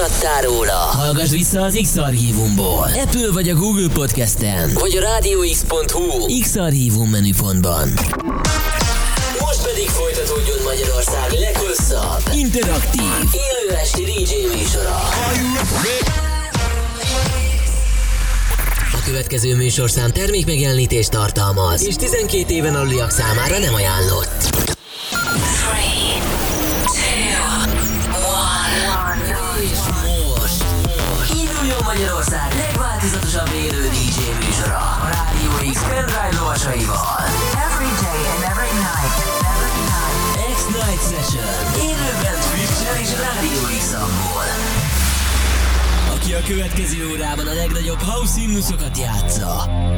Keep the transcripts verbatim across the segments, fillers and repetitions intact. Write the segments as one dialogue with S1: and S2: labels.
S1: lemaradtál róla? Hallgass vissza az X-Archívumból. Apple vagy a Google Podcasten, vagy a rádióx pont hu X-Archívum menüpontban. Most pedig folytatódjon Magyarország leghosszabb, interaktív, élő esti dé dzsé műsora. A következő műsorszám termékmegjelenítést tartalmaz, és tizenkét éven aluliak számára nem ajánlott. Induljon Magyarország legváltozatosabb élő dé dzsé műsora a Rádió X pendrive lovasaival.
S2: Every day and every night, every night.
S1: X-Night Session. Élőben Twitch-en és Rádió X-amból. Aki a következő órában a legnagyobb house himnuszokat játsza.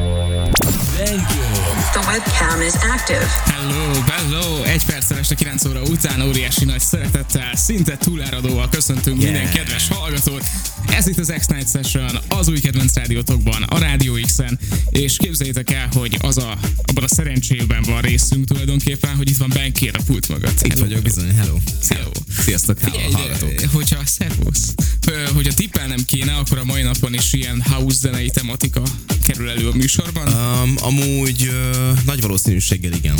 S1: Benkén.
S2: The webcam is active.
S3: Hello, hello! Egy perccel este kilenc óra után óriási nagy szeretettel, szinte túláradóval köszöntünk yeah. minden kedves hallgatót. Ez itt az X-Night Session, az új kedvenc rádiótokban, a Rádió X-en, és képzeljétek el, hogy az a, abban a szerencsében van részünk tulajdonképpen, hogy itt van Benkén a pult mögött.
S4: Itt vagyok bizony, hello.
S3: Hello.
S4: Sziasztok,
S3: Figyelj,
S4: hallgatók.
S3: Hogyha szervusz, hogyha tippelnem kéne, akkor a mai napon is ilyen house zenei tematika kerül elő a műsorban.
S4: Um, amúgy uh, nagy valószínűséggel igen.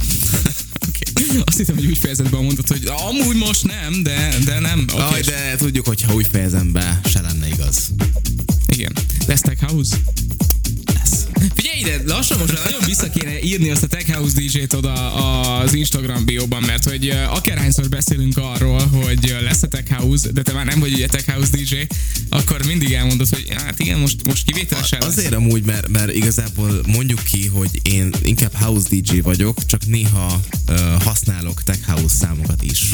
S3: Okay. Azt hittem, hogy úgy fejezed be a mondat, hogy amúgy most nem, de, de nem. Okay.
S4: Aj, de tudjuk, hogy ha úgy fejezem be, se lenne igaz.
S3: Igen. Lesz Tech House? Lesz. Figyelj ide, lassan most nagyon vissza kéne írni azt a Tech House dé dzsét oda az Instagram bióban, mert hogy akárhányszor beszélünk arról, hogy lesz a Tech House, de te már nem vagy ugye Tech House dé dzsé, akkor mindig elmondod, hogy hát igen, most, most kivételesen lesz.
S4: Azért amúgy, mert, mert igazából mondjuk ki, hogy én inkább House dé dzsé vagyok, csak néha uh, használok Tech House számokat is.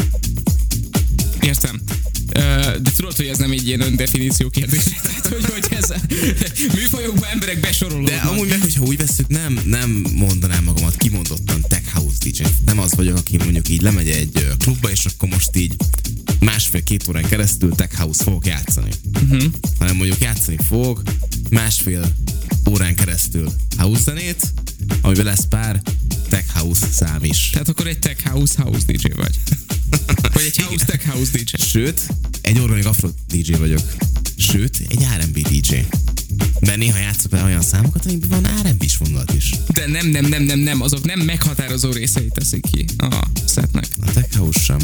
S3: Értem. De tudod, hogy ez nem egy ilyen öndefiníció kérdés. Tehát, hogy, hogy ez a műfajokban emberek besorolódnak.
S4: De amúgy meg, hogyha úgy veszük, nem, nem mondanám magamat kimondottan Tech House dé dzsé. Nem az vagyok, aki mondjuk így lemegy egy klubba, és akkor most így másfél-két órán keresztül Tech House fogok játszani. Uh-huh. Hanem mondjuk játszani fogok másfél órán keresztül house zenét, amiben lesz pár Tech House szám is.
S3: Tehát akkor egy Tech House House dé dzsé vagy. Vagy egy House Tech House dé dzsé.
S4: Sőt, egy óra még Afro dé dzsé vagyok. Sőt, egy er and bé dé dzsé. Mert néha játszok be olyan számokat, amiben van er and bé-s vonulat is.
S3: De nem, nem, nem, nem, nem, azok nem meghatározó részeit teszik ki a setnek.
S4: A Tech House sem.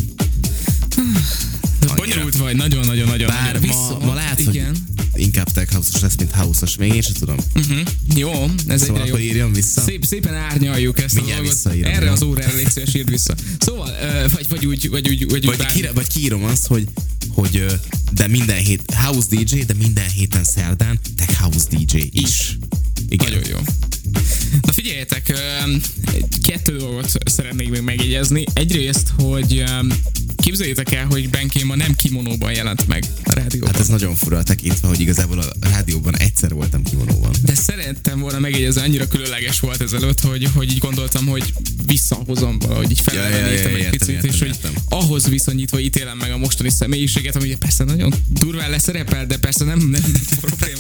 S3: Bonyolult vagy, nagyon-nagyon-nagyon.
S4: Bár ma, ma látsz, igen, hogy inkább Tech House-os lesz, mint House-os. Még én sem tudom.
S3: Uh-huh. Jó, ez
S4: szóval
S3: egyre
S4: jó.
S3: Írjam
S4: vissza.
S3: Szép, szépen árnyaljuk ezt
S4: mindjárt
S3: a dolgot.
S4: Visszaírom,
S3: erre
S4: jó?
S3: Az órára légy szíves, írd vissza. Szóval, uh, vagy, vagy úgy, vagy úgy, vagy,
S4: vagy, ki, vagy kiírom azt, hogy, hogy de minden hét House dé dzsé, de minden héten szerdán Tech House dé dzsé is.
S3: Igen. Nagyon jó. Na figyeljetek, kettő dolgot szeretnék még megjegyezni. Egyrészt, hogy képzeljétek el, hogy Benkén ma nem kimonóban jelent meg a rádióban.
S4: Hát ez nagyon fura tekintve, hogy igazából a rádióban egyszer voltam kimonóban.
S3: De szerettem volna megjegyezni, annyira különleges volt ezelőtt, hogy, hogy így gondoltam, hogy visszahozom valahogy, így felelevenítem
S4: ja, ja, ja,
S3: egy picit, értem, és
S4: értem.
S3: hogy ahhoz viszonyítva ítélem meg a mostani személyiséget, ami persze nagyon durván leszerepel, de persze nem, nem probléma.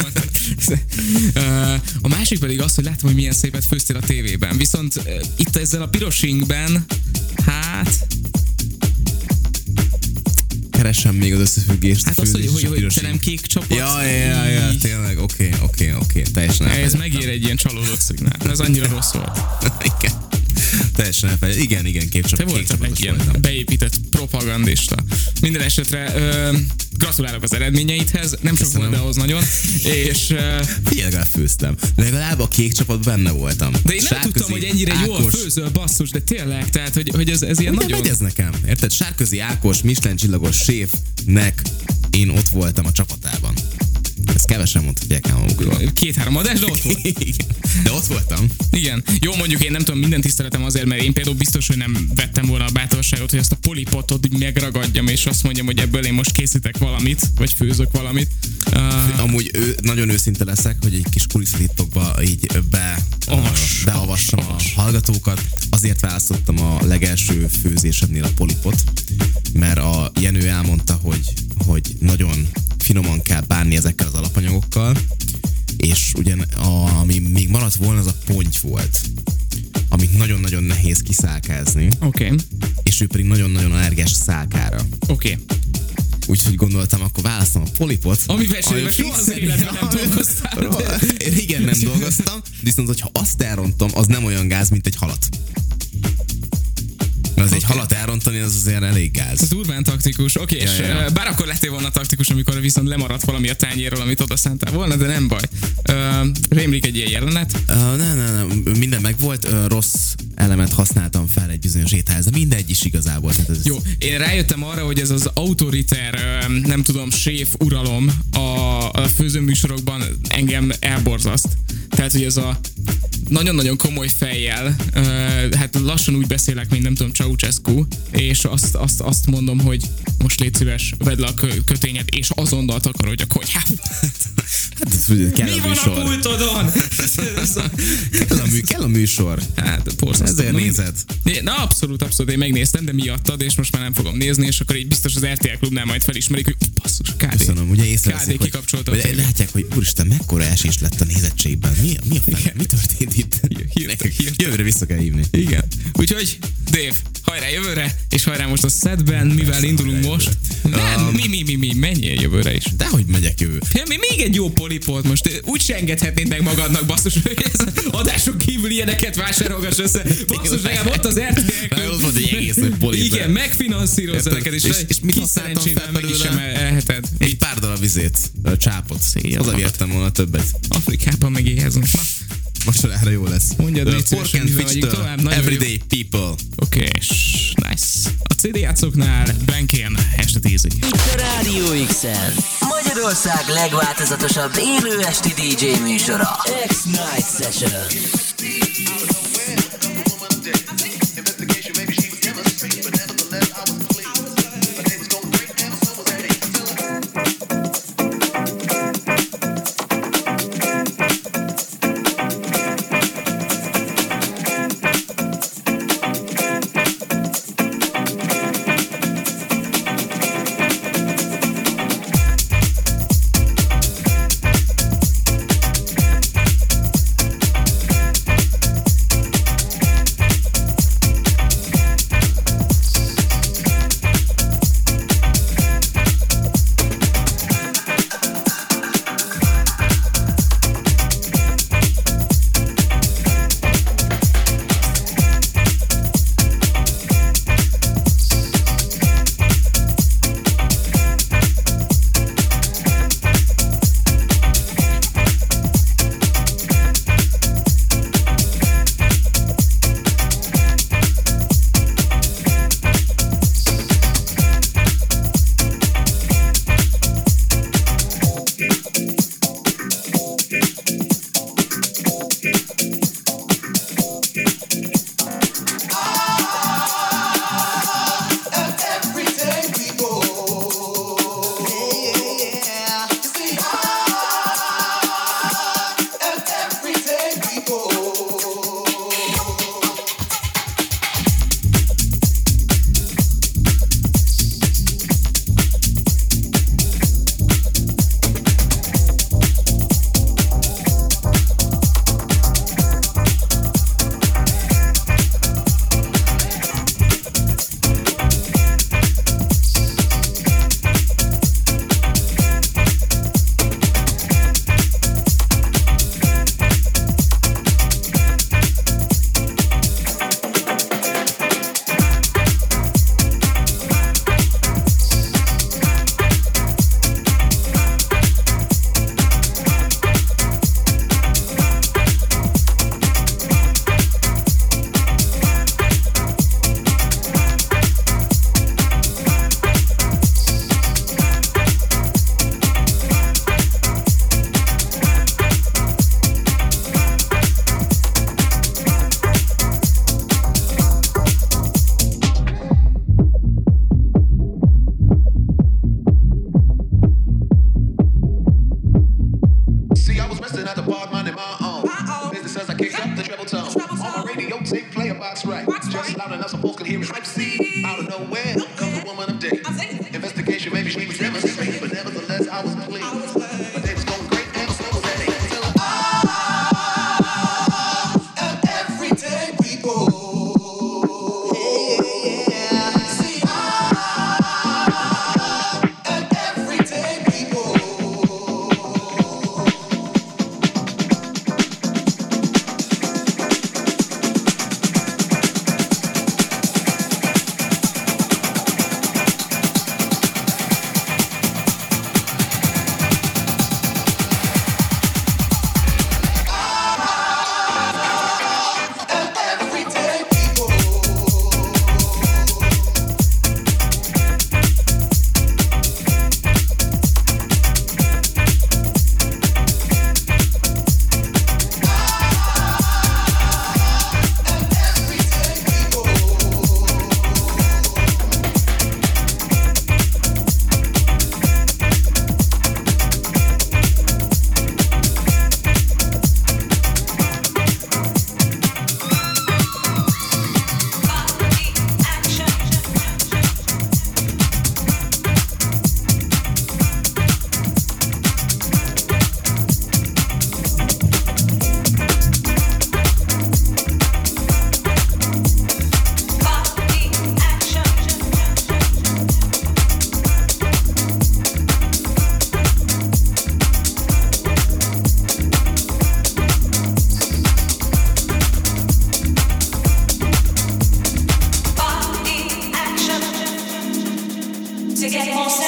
S3: A másik pedig az, hogy látom, hogy milyen szépet főztél a tévében. Viszont itt ezzel a piros ingben, hát...
S4: Keresem még az összefüggést.
S3: Hát az, hogy, hogy, hogy te nem kék csapat.
S4: Ja, ja, ja, tényleg, oké, oké, oké, teljesen
S3: ez megér egy ilyen csalódott szignál. Ez annyira rossz volt.
S4: Igen. Teljesen elfelejt. Igen, igen, képcsap,
S3: te voltál egy ilyen voltam. Beépített propagandista. Minden esetre ö, gratulálok az eredményeidhez. Nem sok volt, de ahhoz nagyon. És ö,
S4: legalább főztem. Legalább a kék csapatban benne voltam.
S3: De én nem Sárközi, tudtam, hogy ennyire Ákos... jól főzöl, basszus, de tényleg, tehát, hogy, hogy ez, ez ilyen
S4: hogy
S3: nagyon...
S4: Hogy ez nekem? Érted? Sárközi Ákos, Michelin csillagos séfnek én ott voltam a csapatában. Ezt kevesen mondhatják el magukról.
S3: Két-három adás, de ott volt.
S4: De ott voltam.
S3: Igen. Jó, mondjuk én nem tudom, minden tiszteletem azért, mert én például biztos, hogy nem vettem volna a bátorságot, hogy ezt a polipotot megragadjam, és azt mondjam, hogy ebből én most készítek valamit, vagy főzök valamit. Uh,
S4: Amúgy ő, nagyon őszinte leszek, hogy egy kis kulisszatitokba így be, Avas, beavassam avas. a hallgatókat. Azért választottam a legelső főzésemnél a polipot, mert a Jenő elmondta, hogy, hogy nagyon finoman kell bánni ezekkel az alapanyagokkal, és ugyan a, ami még maradt volna, az a ponty volt, amit nagyon-nagyon nehéz kiszálkázni.
S3: Oké. Okay.
S4: És ő pedig nagyon-nagyon allergiás szálkára.
S3: Oké. Okay.
S4: úgyhogy gondoltam, akkor választom a polipot.
S3: Ami versenyben soha az életben nem dolgoztál.
S4: Igen, nem dolgoztam, viszont hogyha azt elrontom, az nem olyan gáz, mint egy halat. Mert az okay. Egy halat elrontani, az azért elég gáz.
S3: Ez durván taktikus, oké, okay, ja, és ja. Bár akkor lettél volna taktikus, amikor viszont lemaradt valami a tányérról, amit oda szántál volna, de nem baj. Uh, rémlik egy ilyen jelenet?
S4: Uh, nem, nem, nem, minden meg volt, uh, rossz elemet használtam fel egy bizonyos ételhez, de mindegy is igazából. Tehát ez
S3: jó, én rájöttem arra, hogy ez az autoriter, nem tudom, séf uralom a, a főzőműsorokban engem elborzaszt. Tehát, hogy ez a nagyon-nagyon komoly fejjel, uh, hát lassan úgy beszélek, mint nem tudom, Ceausescu, és azt, azt, azt mondom, hogy most légy szíves, vedd le a kötényed, és azonnal takarodj a konyhát.
S4: Hát ez ugye kell
S3: mi
S4: a
S3: van
S4: műsor.
S3: A pultodon?
S4: kell, a mű, kell a műsor.
S3: Hát, borzasztó.
S4: Ezért nézed.
S3: Na, abszolút, abszolút, én megnéztem, de miattad, és most már nem fogom nézni, és akkor így biztos az er té el Klubnál majd felismerik, hogy basszus, ká dé.
S4: Köszönöm, ugye észreveszik,
S3: hogy, hogy
S4: látják, hogy úristen, mekkora esés lett a nézettségben. Mi, mi a fel? Mi történt itt?
S3: Hirtek, hirtek.
S4: Jövőre vissza kell hívni.
S3: Igen. Úgyhogy, Dave, hajrá jövőre, és hajrá most a setben, mivel persze, indulunk most. Nem, um, mi, mi, mi, mi, menjél jövőre is.
S4: Dehogy megyek jövő.
S3: Mi még egy jó polipot most, úgy se engedhetnéd meg magadnak, basszus, hogy ez adások kívül ilyeneket vásárolgass össze. Basszus, legalább ott az er té el.
S4: Ott volt egy egész nagy polip.
S3: Igen, megfinanszírozza neked, és, és, és mit használtam fel meg is emelheted.
S4: Egy pár darab vizét, csápot. Haza vihettem volna többet.
S3: Afrikában meg éhezünk. Na.
S4: Vacsorára jó lesz.
S3: Mondjad, légy szívesen, mivel vagyunk tovább.
S4: Everyday people.
S3: Oké, okay, nice. A cé dé játszóknál Benkén este tízig.
S1: Itt a Rádió X-en. Magyarország legváltozatosabb élő esti dé dzsé műsora. X-Night Session.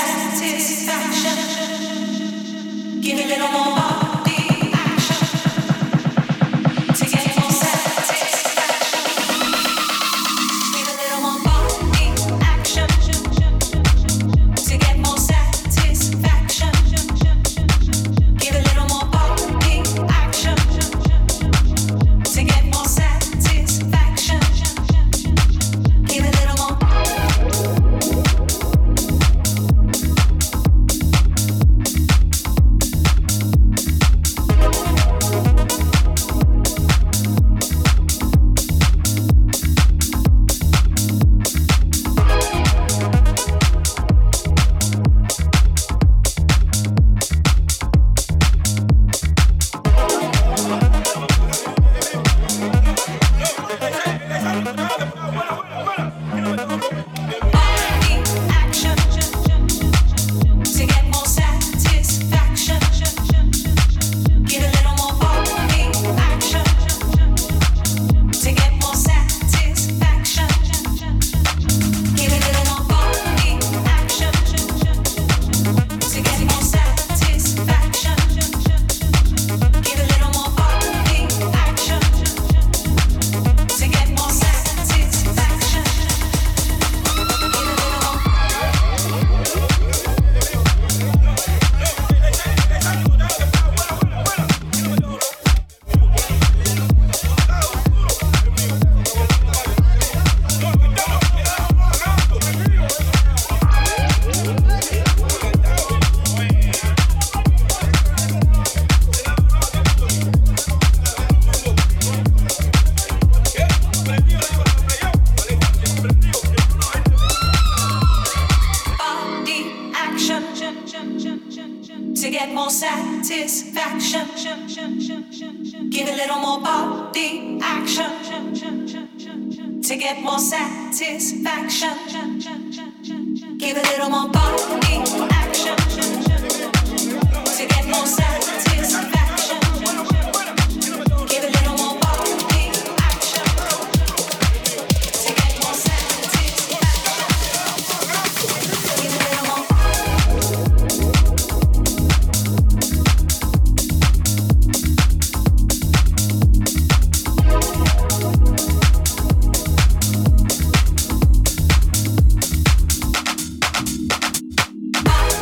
S5: Bye.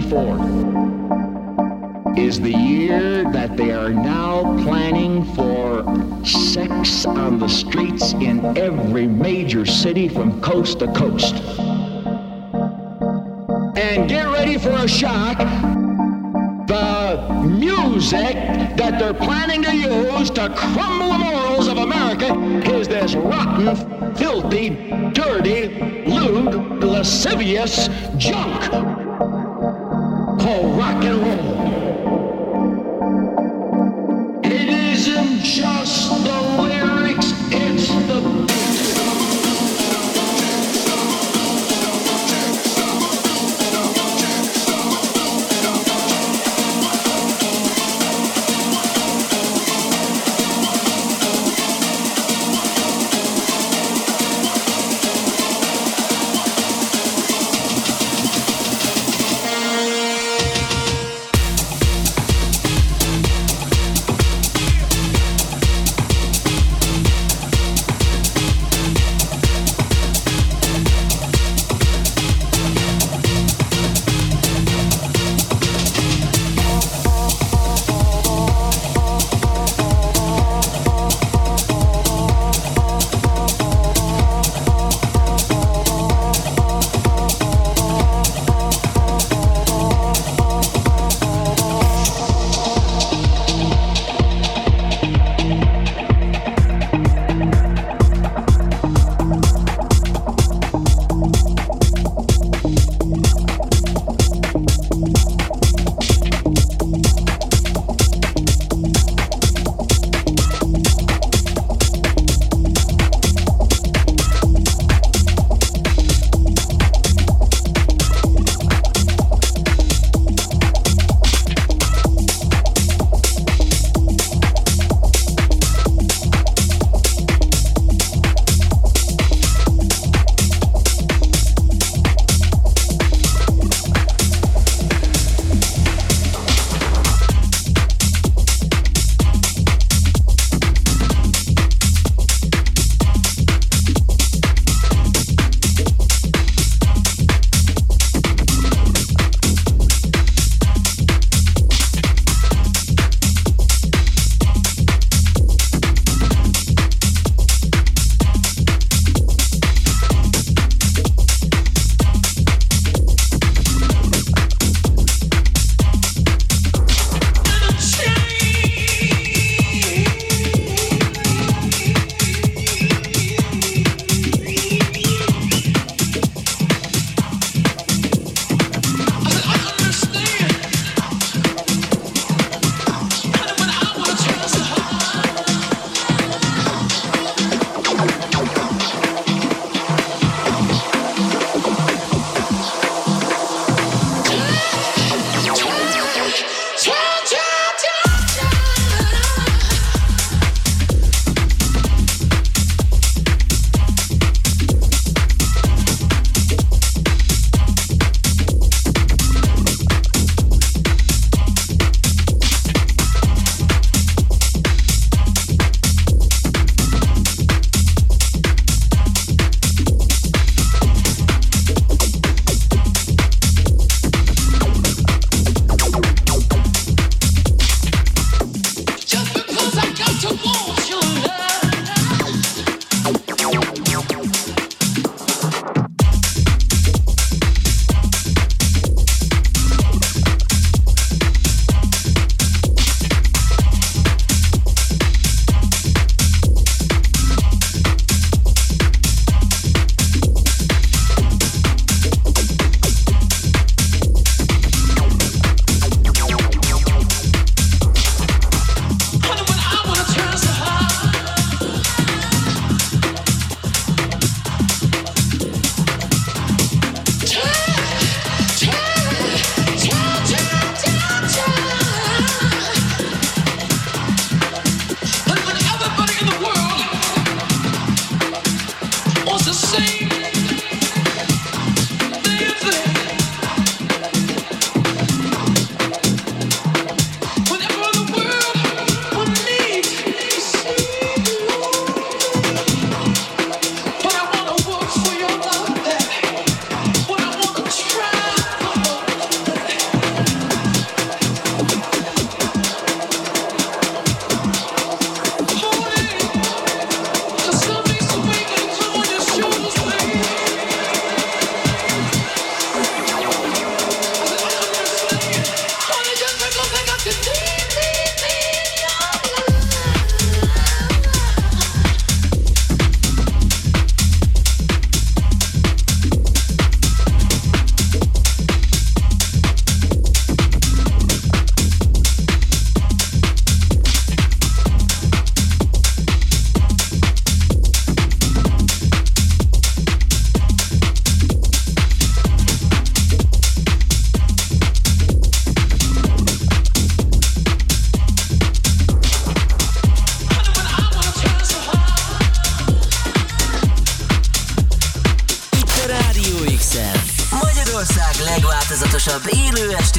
S5: twenty-four is the year that they are now planning for sex on the streets in every major city from coast to coast. And get ready for a shock. The music that they're planning to use to crumble the morals of America is this rotten, filthy, dirty, lewd, lascivious junk called rock and roll. It isn't just the lyrics, it's the beat.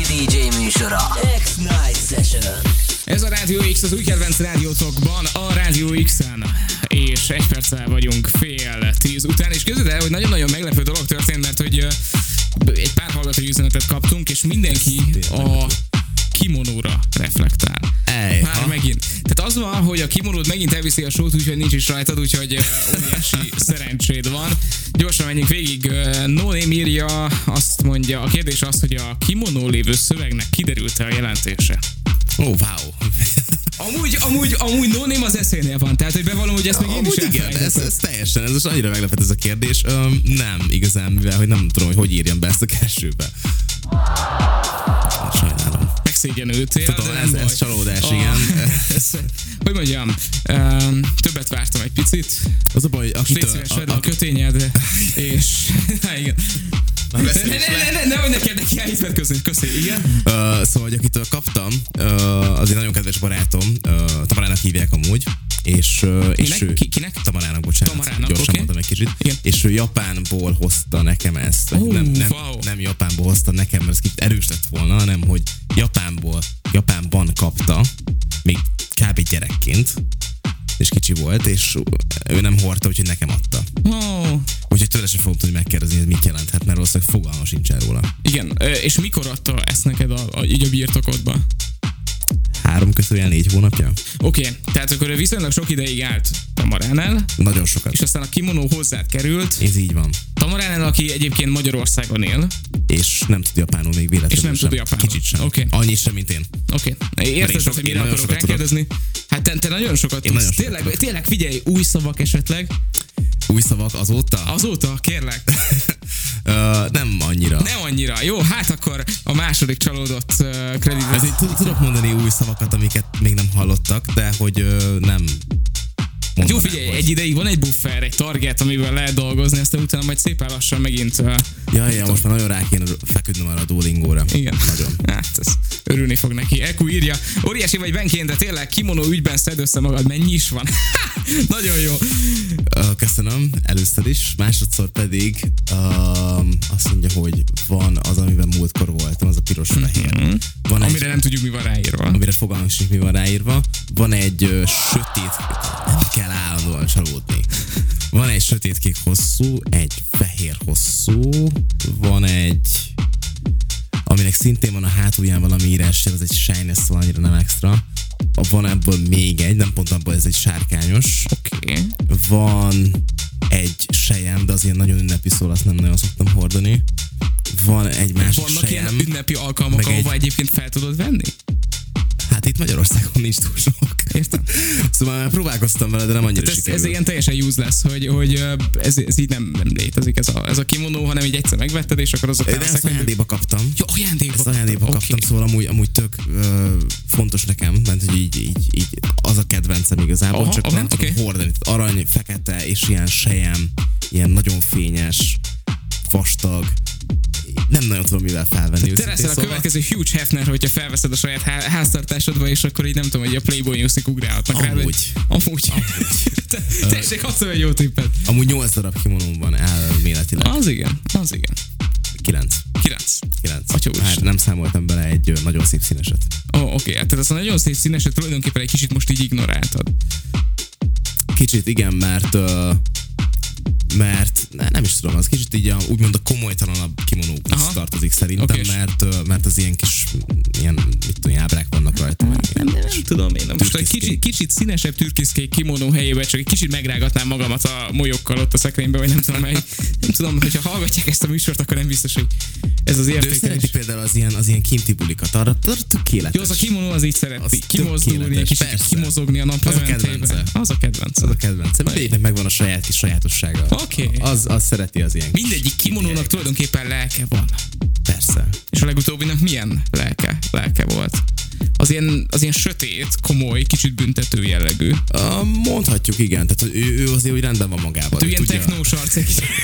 S1: dé dzsé műsora. X-Night Session.
S3: Ez a Rádió X, az új kedvenc rádiótokban, a Rádió X-en, és egy perccel vagyunk fél tíz után, és képzeld el, hogy nagyon-nagyon meglepő dolog történt, mert hogy uh, egy pár hallgatói üzenetet kaptunk, és mindenki a kimonóra reflektál.
S4: Ej,
S3: Már
S4: ha?
S3: megint. Tehát az van, hogy a kimonód megint elviszi a sót, úgyhogy nincs is rajtad, úgyhogy uh, óriási szerencséd van. Gyorsan menjünk végig. Uh, No Name írja, azt mondja, a kérdés az, hogy a kimonó lévő szövegnek kiderült-e a jelentése?
S4: Ó, oh, wow.
S3: Amúgy, amúgy, amúgy No Name az eszénél van, tehát hogy bevallom, hogy ezt még én is
S4: Amúgy igen, ez,
S3: elfelejtettem.
S4: ez teljesen, ez most annyira meglepett ez a kérdés. Um, nem, igazán, mivel hogy nem tudom, hogy hogy írjam be ezt a keresőbe. Sajnálom.
S3: Megszégyenültél,
S4: Tudom,
S3: de nem
S4: ez,
S3: baj.
S4: ez csalódás,
S3: A-
S4: igen.
S3: ez, hogy mondjam, um, többet vártam egy picit.
S4: Az a baj,
S3: Légy
S4: akitől...
S3: szíves, vedd a kötényed, és... Na, igen. Ne, ne,
S4: beszélj
S3: ne,
S4: is
S3: ne, ne, nehogy neked neki elhiszed, köszi, köszi, igen.
S4: Uh, szóval, hogy akitől kaptam, uh, az egy nagyon kedves barátom, uh, Tamarának hívják amúgy, és, uh, és
S3: Kinek?
S4: ő...
S3: Ki- kinek?
S4: Tamarának, bocsánat.
S3: Tamarának,
S4: gyorsan
S3: oké.
S4: mondtam egy kicsit.
S3: Igen.
S4: És ő Japánból hozta nekem ezt.
S3: Ó,
S4: nem, nem,
S3: wow.
S4: nem Japánból hozta nekem, mert ez kicsit erős lett volna, hanem hogy Japánból, Japánban kapta, még kb. Gyerekként, és kicsi volt, és ő nem hordta, úgyhogy nekem adta.
S3: Oh,
S4: Úgyhogy tőle sem fogom tudni megkérdezni, hogy mit jelenthet, mert valószínűleg fogalma sincsen róla.
S3: igen, ö, és mikor adta ezt neked a, a, így a birtokodba?
S4: Három kötőjel négy hónapja?
S3: Oké, okay, tehát akkor ő viszonylag sok ideig állt Tamaránál,
S4: Nagyon sokat.
S3: és aztán a kimonó hozzád került.
S4: Ez így van.
S3: Tamaránál, aki egyébként Magyarországon él.
S4: És nem tud japánul még véletlenül
S3: És nem
S4: sem.
S3: tud japánul.
S4: Kicsit sem.
S3: Oké.
S4: Annyi sem, mint én.
S3: Oké, okay. Érted,
S4: sok-
S3: hogy
S4: én
S3: mire
S4: nagyon
S3: akarok
S4: sokat tudok.
S3: rákérdezni? Hát te, te nagyon sokat
S4: Én
S3: tudsz.
S4: nagyon sokat
S3: Tényleg,
S4: tudok.
S3: tényleg figyelj, új szavak esetleg.
S4: Új szavak azóta?
S3: Azóta, kérlek.
S4: uh, nem annyira.
S3: Nem annyira. Jó, hát akkor a második csalódott uh, kreditet.
S4: Ezért tud- tudok mondani új szavakat, amiket még nem hallottak, de hogy uh, nem
S3: Hát jó,
S4: mondanám,
S3: figyelj,
S4: hogy-
S3: egy ideig van egy buffer, egy target, amivel lehet dolgozni, aztán utána majd szépen lassan megint... Uh,
S4: Ja, ja, most már nagyon rá kéne feküdnöm arra a Duolingóra.
S3: igen.
S4: Nagyon.
S3: Hát, ez örülni fog neki. Eku írja, óriási vagy benként, de tényleg kimonó ügyben szedd össze magad, mennyi is van. Nagyon jó.
S4: Uh, köszönöm, először is. Másodszor pedig um, azt mondja, hogy van az, amiben múltkor voltam, az a piros-fehér. Van egy,
S3: Amire nem tudjuk, mi van ráírva.
S4: amire fogalmunk sincs, mi van ráírva. Van egy uh, sötét, nem kell állandóan csalódni. Van egy sötétkék hosszú, egy fehér hosszú, van egy, aminek szintén van a hátulján valami írás, az egy shine, szóval annyira nem extra. Van ebből még egy, nem pont abból, ez egy sárkányos.
S3: Oké. Okay.
S4: Van egy sejem, de az ilyen nagyon ünnepi szól, azt nem nagyon szoktam hordani. Van egy másik
S3: Vannak
S4: sejem.
S3: ilyen ünnepi alkalmak,
S4: meg
S3: ahova
S4: egy-
S3: egyébként fel tudod venni?
S4: Hát itt Magyarországon nincs túl sok.
S3: Értem.
S4: Szóval már próbálkoztam vele, de nem annyira
S3: Tehát ez,
S4: sikerült.
S3: ez ilyen teljesen useless, hogy, hogy ö, ez, ez így nem, nem létezik ez a, ez a kimonó, hanem így egyszer megvetted, és akkor azok
S4: De ezt ajándékba kaptam.
S3: Jó, ajándékba
S4: Ezt ajándékba
S3: kaptad.
S4: kaptam,
S3: Oké.
S4: szóval amúgy, amúgy tök ö, fontos nekem, mert hogy így, így, így az a kedvencem igazából,
S3: Aha,
S4: csak
S3: aha,
S4: nem tudom
S3: oké.
S4: hordani. Tehát arany, fekete és ilyen sejem, ilyen nagyon fényes, vastag, nem nagyon tudom mivel felvenni.
S3: Te
S4: őszintén
S3: leszel a
S4: szóval.
S3: következő Hugh Hefner, hogyha felveszed a saját há- háztartásodba, és akkor így nem tudom, hogy a Playboy Newszik ugrálhatnak rá.
S4: Amúgy.
S3: Amúgy. Te- Tessék, adszom egy jó tippet.
S4: Amúgy nyolc darab kimonóm van elméletileg.
S3: Az igen, az igen.
S4: Kilenc.
S3: Kilenc.
S4: Kilenc.
S3: Atya úristen.
S4: Hát nem számoltam bele egy ö, nagyon szép színeset.
S3: Ó, oh, oké, hát tehát azt a nagyon szép színeset tulajdonképpen egy kicsit most így ignoráltad.
S4: Kicsit igen, mert ö, mert ne, nem is tudom, az kicsit így a, úgymond a komolytalanabb kimonókhoz
S3: Aha.
S4: tartozik szerintem,
S3: Okés.
S4: mert, ö, mert az ilyen kis ilyen, mit tudom, ábrák vannak rajta. meg
S3: Nem,
S4: ilyen.
S3: nem, nem tudom én. Most egy
S4: Türkiszkék.
S3: kicsit, kicsit színesebb türkiszkék kimonó helyébe, csak egy kicsit megrágatnám magamat a molyokkal ott a szekrénybe, vagy nem tudom, mely, nem tudom, hogyha hallgatják ezt a műsort, akkor nem biztos, hogy ez az
S4: De ő
S3: értékelés.
S4: szereti például az ilyen, az ilyen kinti bulikat, arra arra tökéletes.
S3: Jó, az a kimonó az így
S4: Az
S3: szereti. Kimozdulni, egy
S4: tökéletes,
S3: kicsit
S4: persze.
S3: kimozogni a
S4: Az a
S3: naplementében.
S4: kedvence.
S3: Az a kedvence.
S4: Az a kedvencem. Mindegyiknek megvan a saját kis sajátossága.
S3: Oké.
S4: Az, az szereti az ilyen.
S3: Mindegyik kimonónak tulajdonképpen lelke van.
S4: Persze.
S3: És a legutóbbinak milyen lelke, lelke volt? Az ilyen, az ilyen sötét, komoly, kicsit büntető jellegű.
S4: Uh, mondhatjuk, igen. Tehát ő, ő azért úgy rendben van magában.
S3: Ő
S4: ő
S3: ilyen
S4: tudja-
S3: technós arc egy kicsit.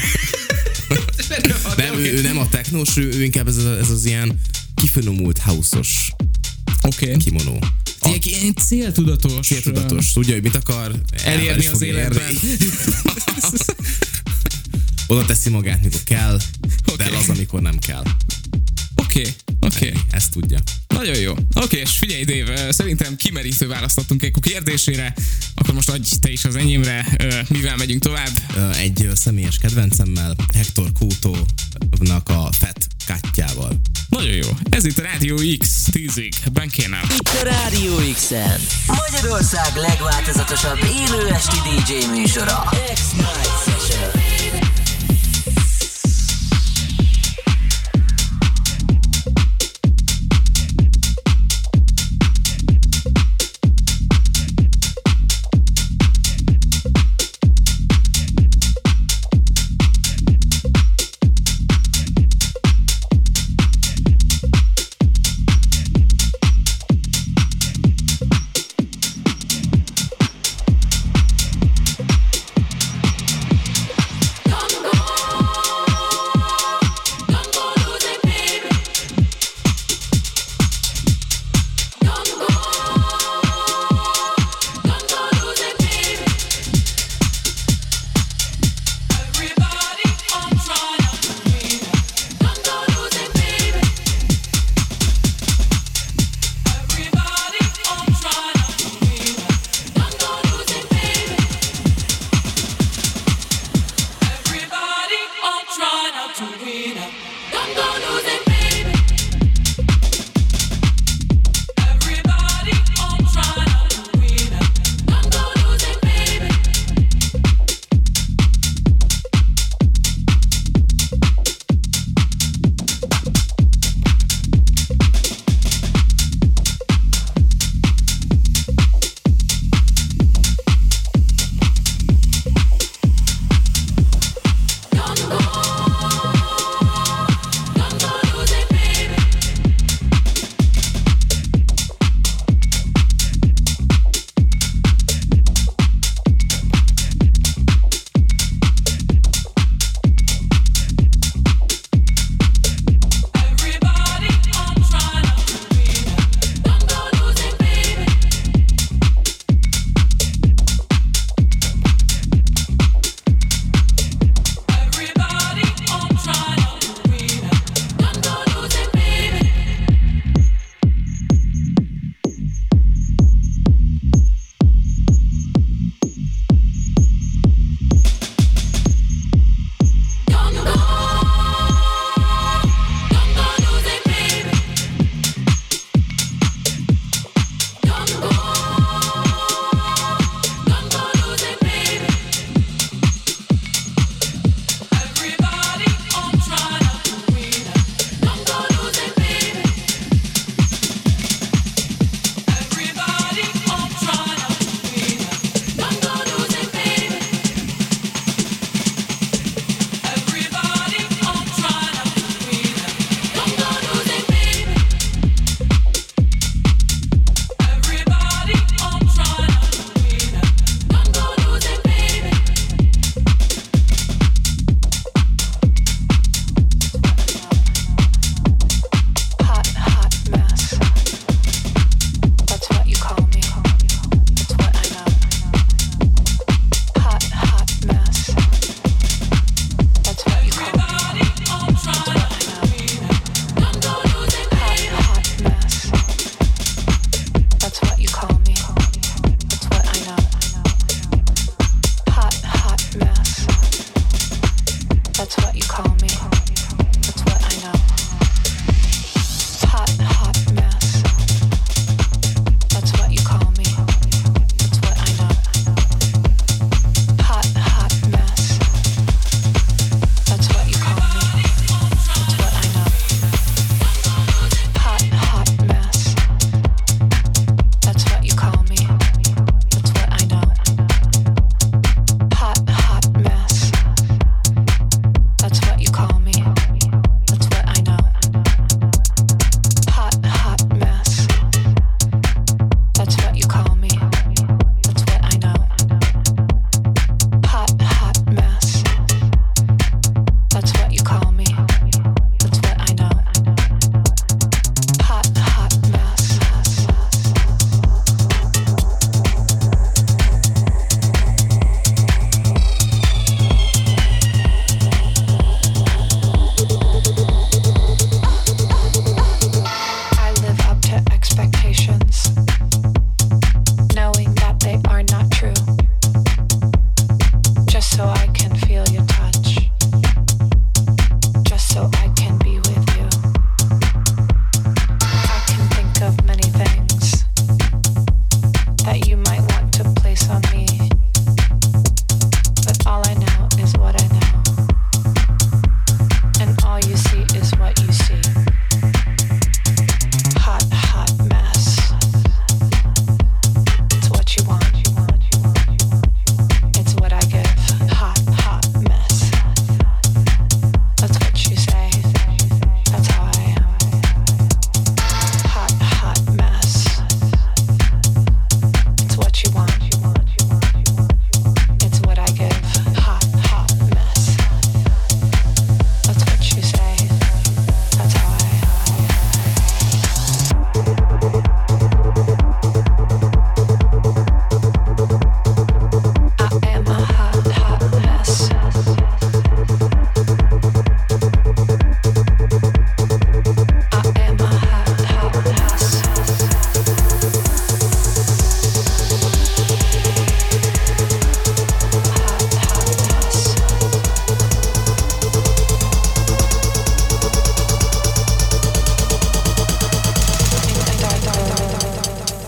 S4: Nem, ő, ő nem a technós, ő, ő inkább ez, a- ez az ilyen kifinomult house-os
S3: Oké.
S4: kimonó. A
S3: Ilyen, ilyen céltudatos.
S4: céltudatos, tudja, hogy mit akar
S3: Elérni
S4: el is
S3: az
S4: fog
S3: életben.
S4: érni. Oda teszi magát, mikor kell, de
S3: Oké.
S4: az, amikor nem kell.
S3: Oké, oké. Oké. Okay.
S4: Ezt tudja.
S3: Nagyon jó. Oké, okay, és figyelj, Dave, szerintem kimerítő választottunk egy kérdésére, akkor most adj te is az enyémre, mivel megyünk tovább?
S4: Egy személyes kedvencemmel, Hector Couto-nak a Fat Cat-jával.
S3: Nagyon jó. Ez itt a Rádió X tízig, Benkénál.
S1: Itt a Rádió X-en. Magyarország legváltozatosabb élő esti dé dzsé műsora. X-Night Session.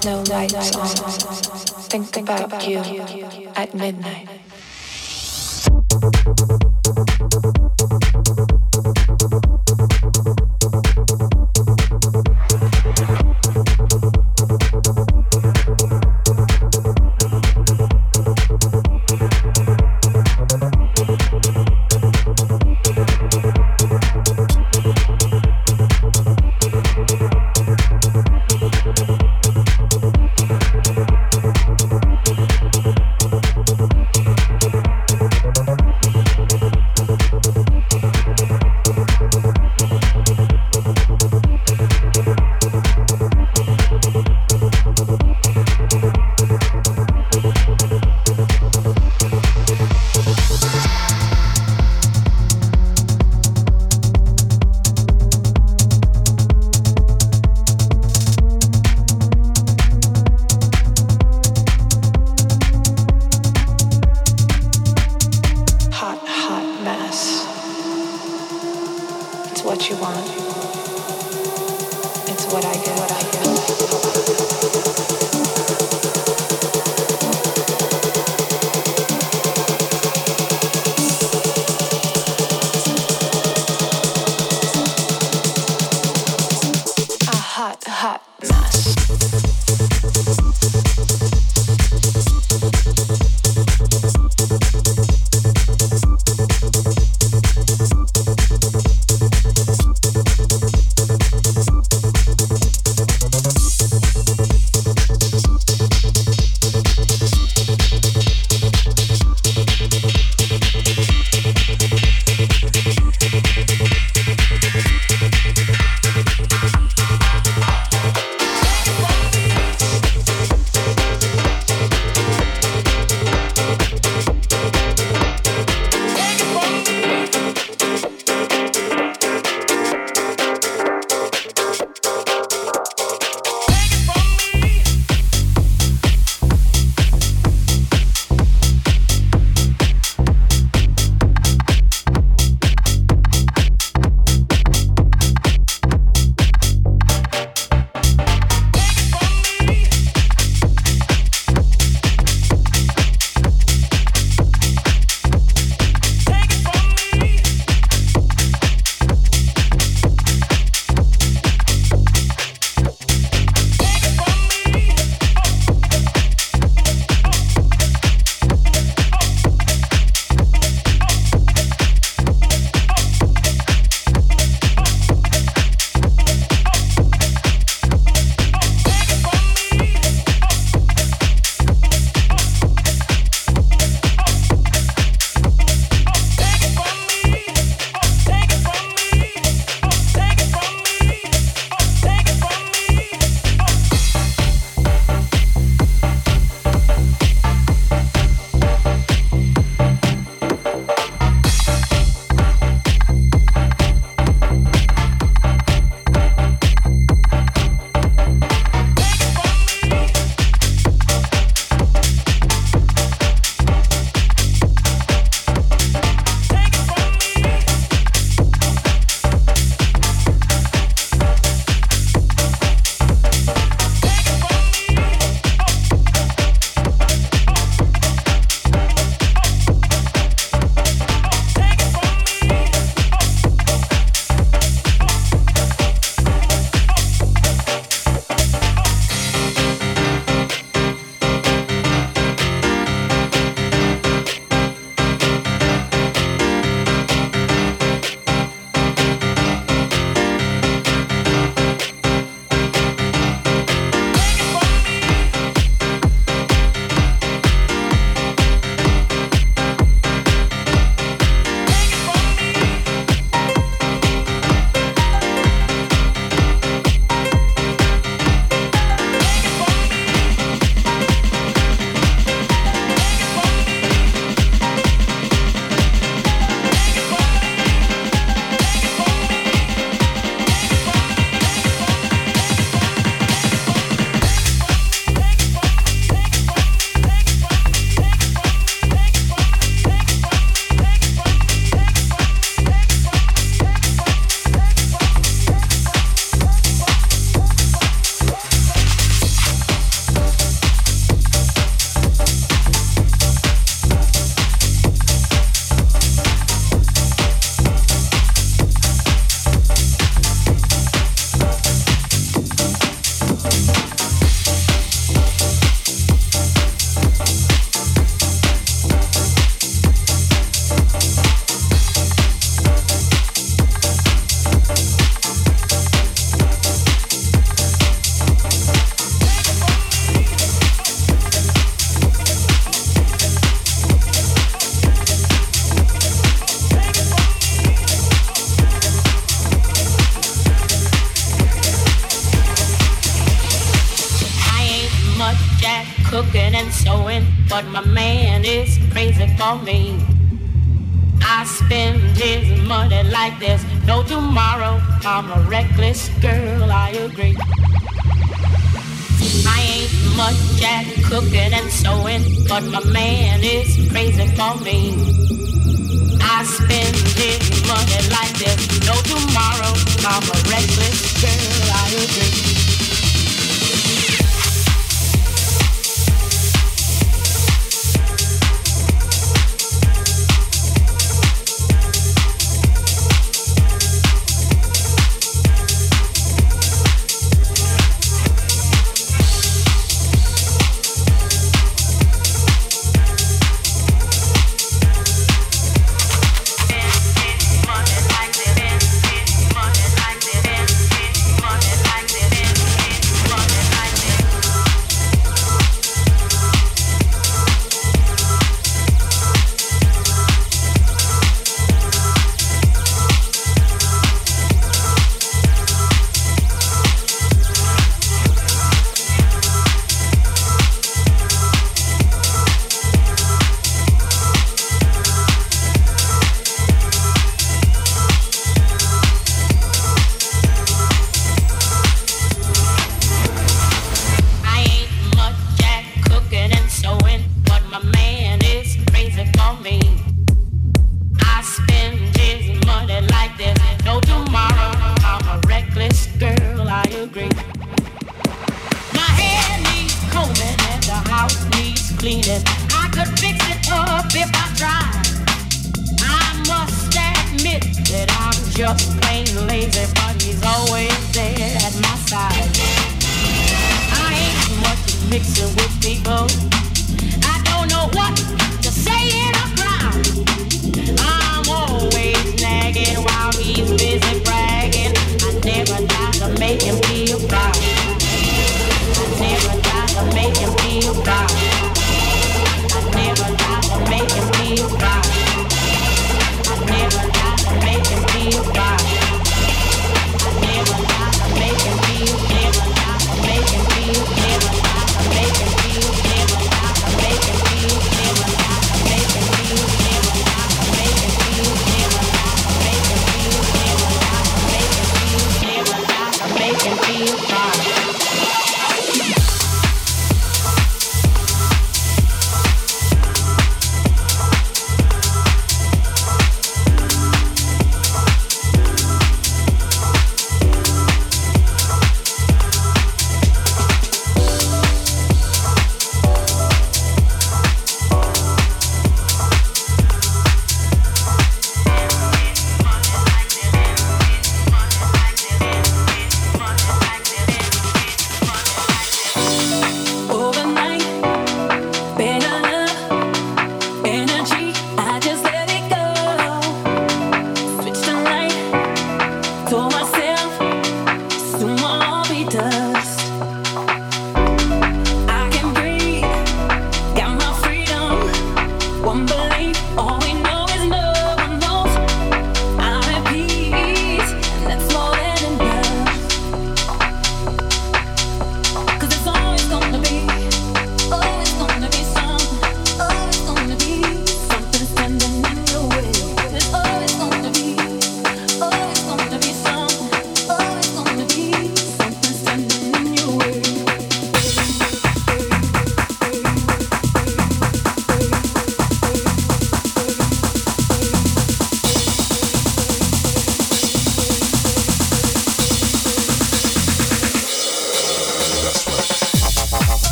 S6: no lights on. Think about you at midnight.
S7: cooking and sewing, but my man is crazy for me. I spend his money like there's no tomorrow. I'm a reckless girl, I agree. I ain't much at cooking and sewing, but my man is crazy for me. I spend his money like there's no tomorrow. I'm a reckless girl, I agree.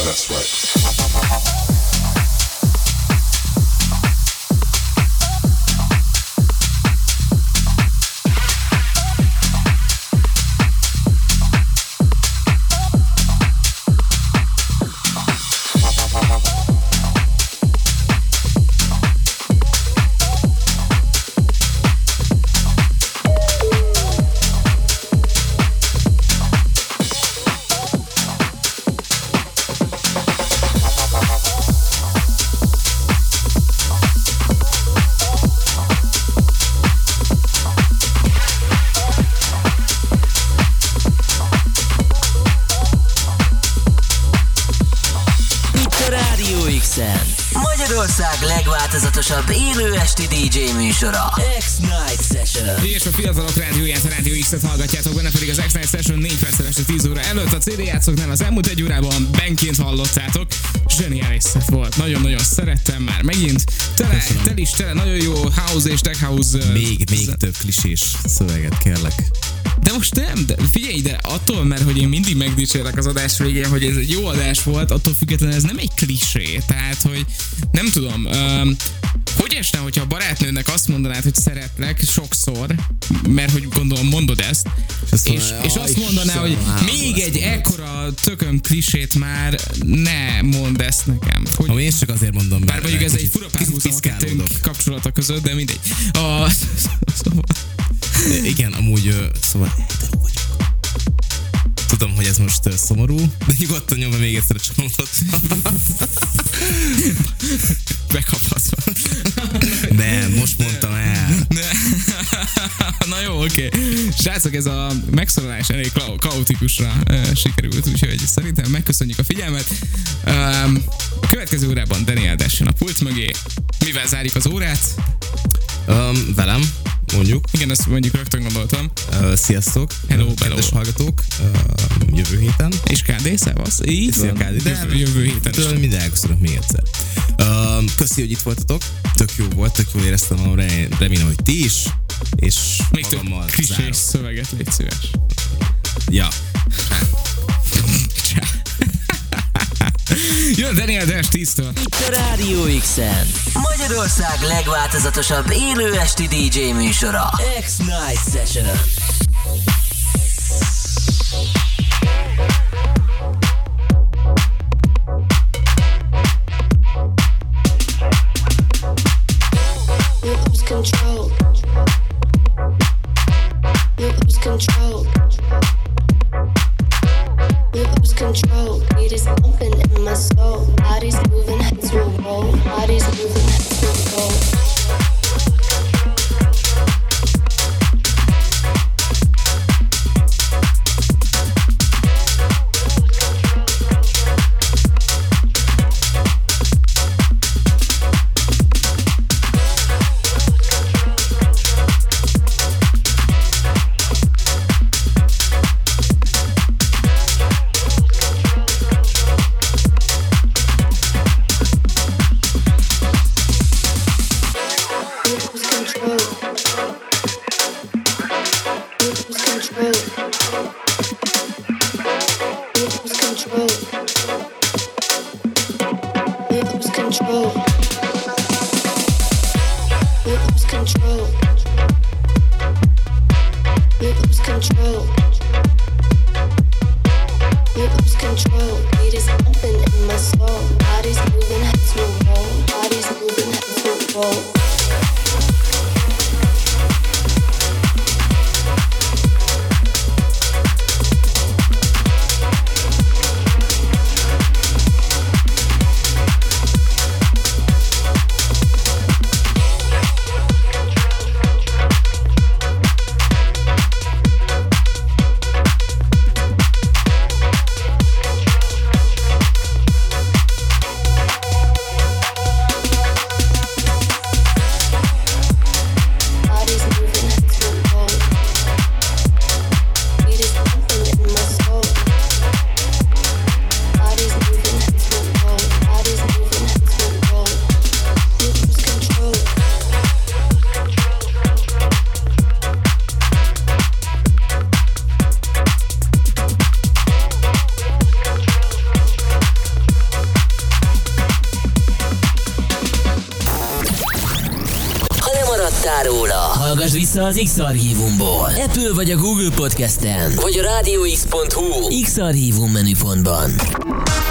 S8: That's right.
S1: Magyarország legváltozatosabb élő esti dé dzsé műsora, X-Night Session.
S3: És a fiatalok rádióját, a Rádió X-et hallgatjátok, benne pedig az X-Night Session négy perccel este tíz óra előtt. A cé dé játszóknál az elmúlt egy órában benként hallottátok. Zseniális set volt, nagyon-nagyon szerettem már megint. Tele, tel is tele, nagyon jó house és tech house.
S4: Még, még több klisés szöveget kérlek.
S3: De most nem, de figyelj ide, attól, mert hogy én mindig megdicsérlek az adás végén, hogy ez egy jó adás volt, attól függetlenül ez nem egy klisé, tehát, hogy nem tudom, um, hogy esne, hogyha a barátnőnek azt mondanád, hogy szeretlek sokszor, mert hogy gondolom mondod ezt, és, és, és azt mondaná, hogy még egy ekkora tököm klisét már ne mondd ezt nekem. Hogy,
S4: ha én csak azért mondom,
S3: bár mondjuk ez egy fura párhuzam a kettőnk kapcsolata között, de mindegy. A, szóval...
S4: Igen, amúgy, szóval hetero vagyok. Tudom, hogy ez most uh, szomorú, de nyugodtan nyomva még egyszer a csomót.
S3: Bekaphatsz.
S4: Nem, most mondtam el.
S3: Na jó, oké. Okay. Srácok, ez a megszólalás elég kaotikusra uh, sikerült, úgyhogy szerintem megköszönjük a figyelmet. Um, a következő órában Daniel Dash jön a pult mögé. Mivel zárjuk az órát?
S4: Um, velem, mondjuk.
S3: Igen, ezt mondjuk rögtön gondoltam.
S4: Uh, sziasztok.
S3: Hello,
S4: kedves hello. Hallgatók. Uh, jövő héten.
S3: És ká dé, szevasz. Így
S4: Szia ká dé,
S3: de jövő, jövő héten is.
S4: Tőle minden elköszönök még egyszer. Uh, köszi, hogy itt voltatok. Tök jó volt, tök jól éreztem, a remélem, hogy ti is. És
S3: még több klisés szöveget, légy szíves.
S4: Ja.
S3: Jön Daniel Dash tíztől.
S1: Itt a Rádió X-en Magyarország legváltozatosabb élő esti dé dzsé műsora, X-Night Session.
S6: You lose control. You lose control. You lose control. It is open in my soul. Bodies moving, heads will roll. Bodies moving, heads will roll.
S1: róla, hallgass vissza az X-Archívumból. Apple vagy a Google Podcasten, vagy a rádió x pont hu X-Archívum menüpontban.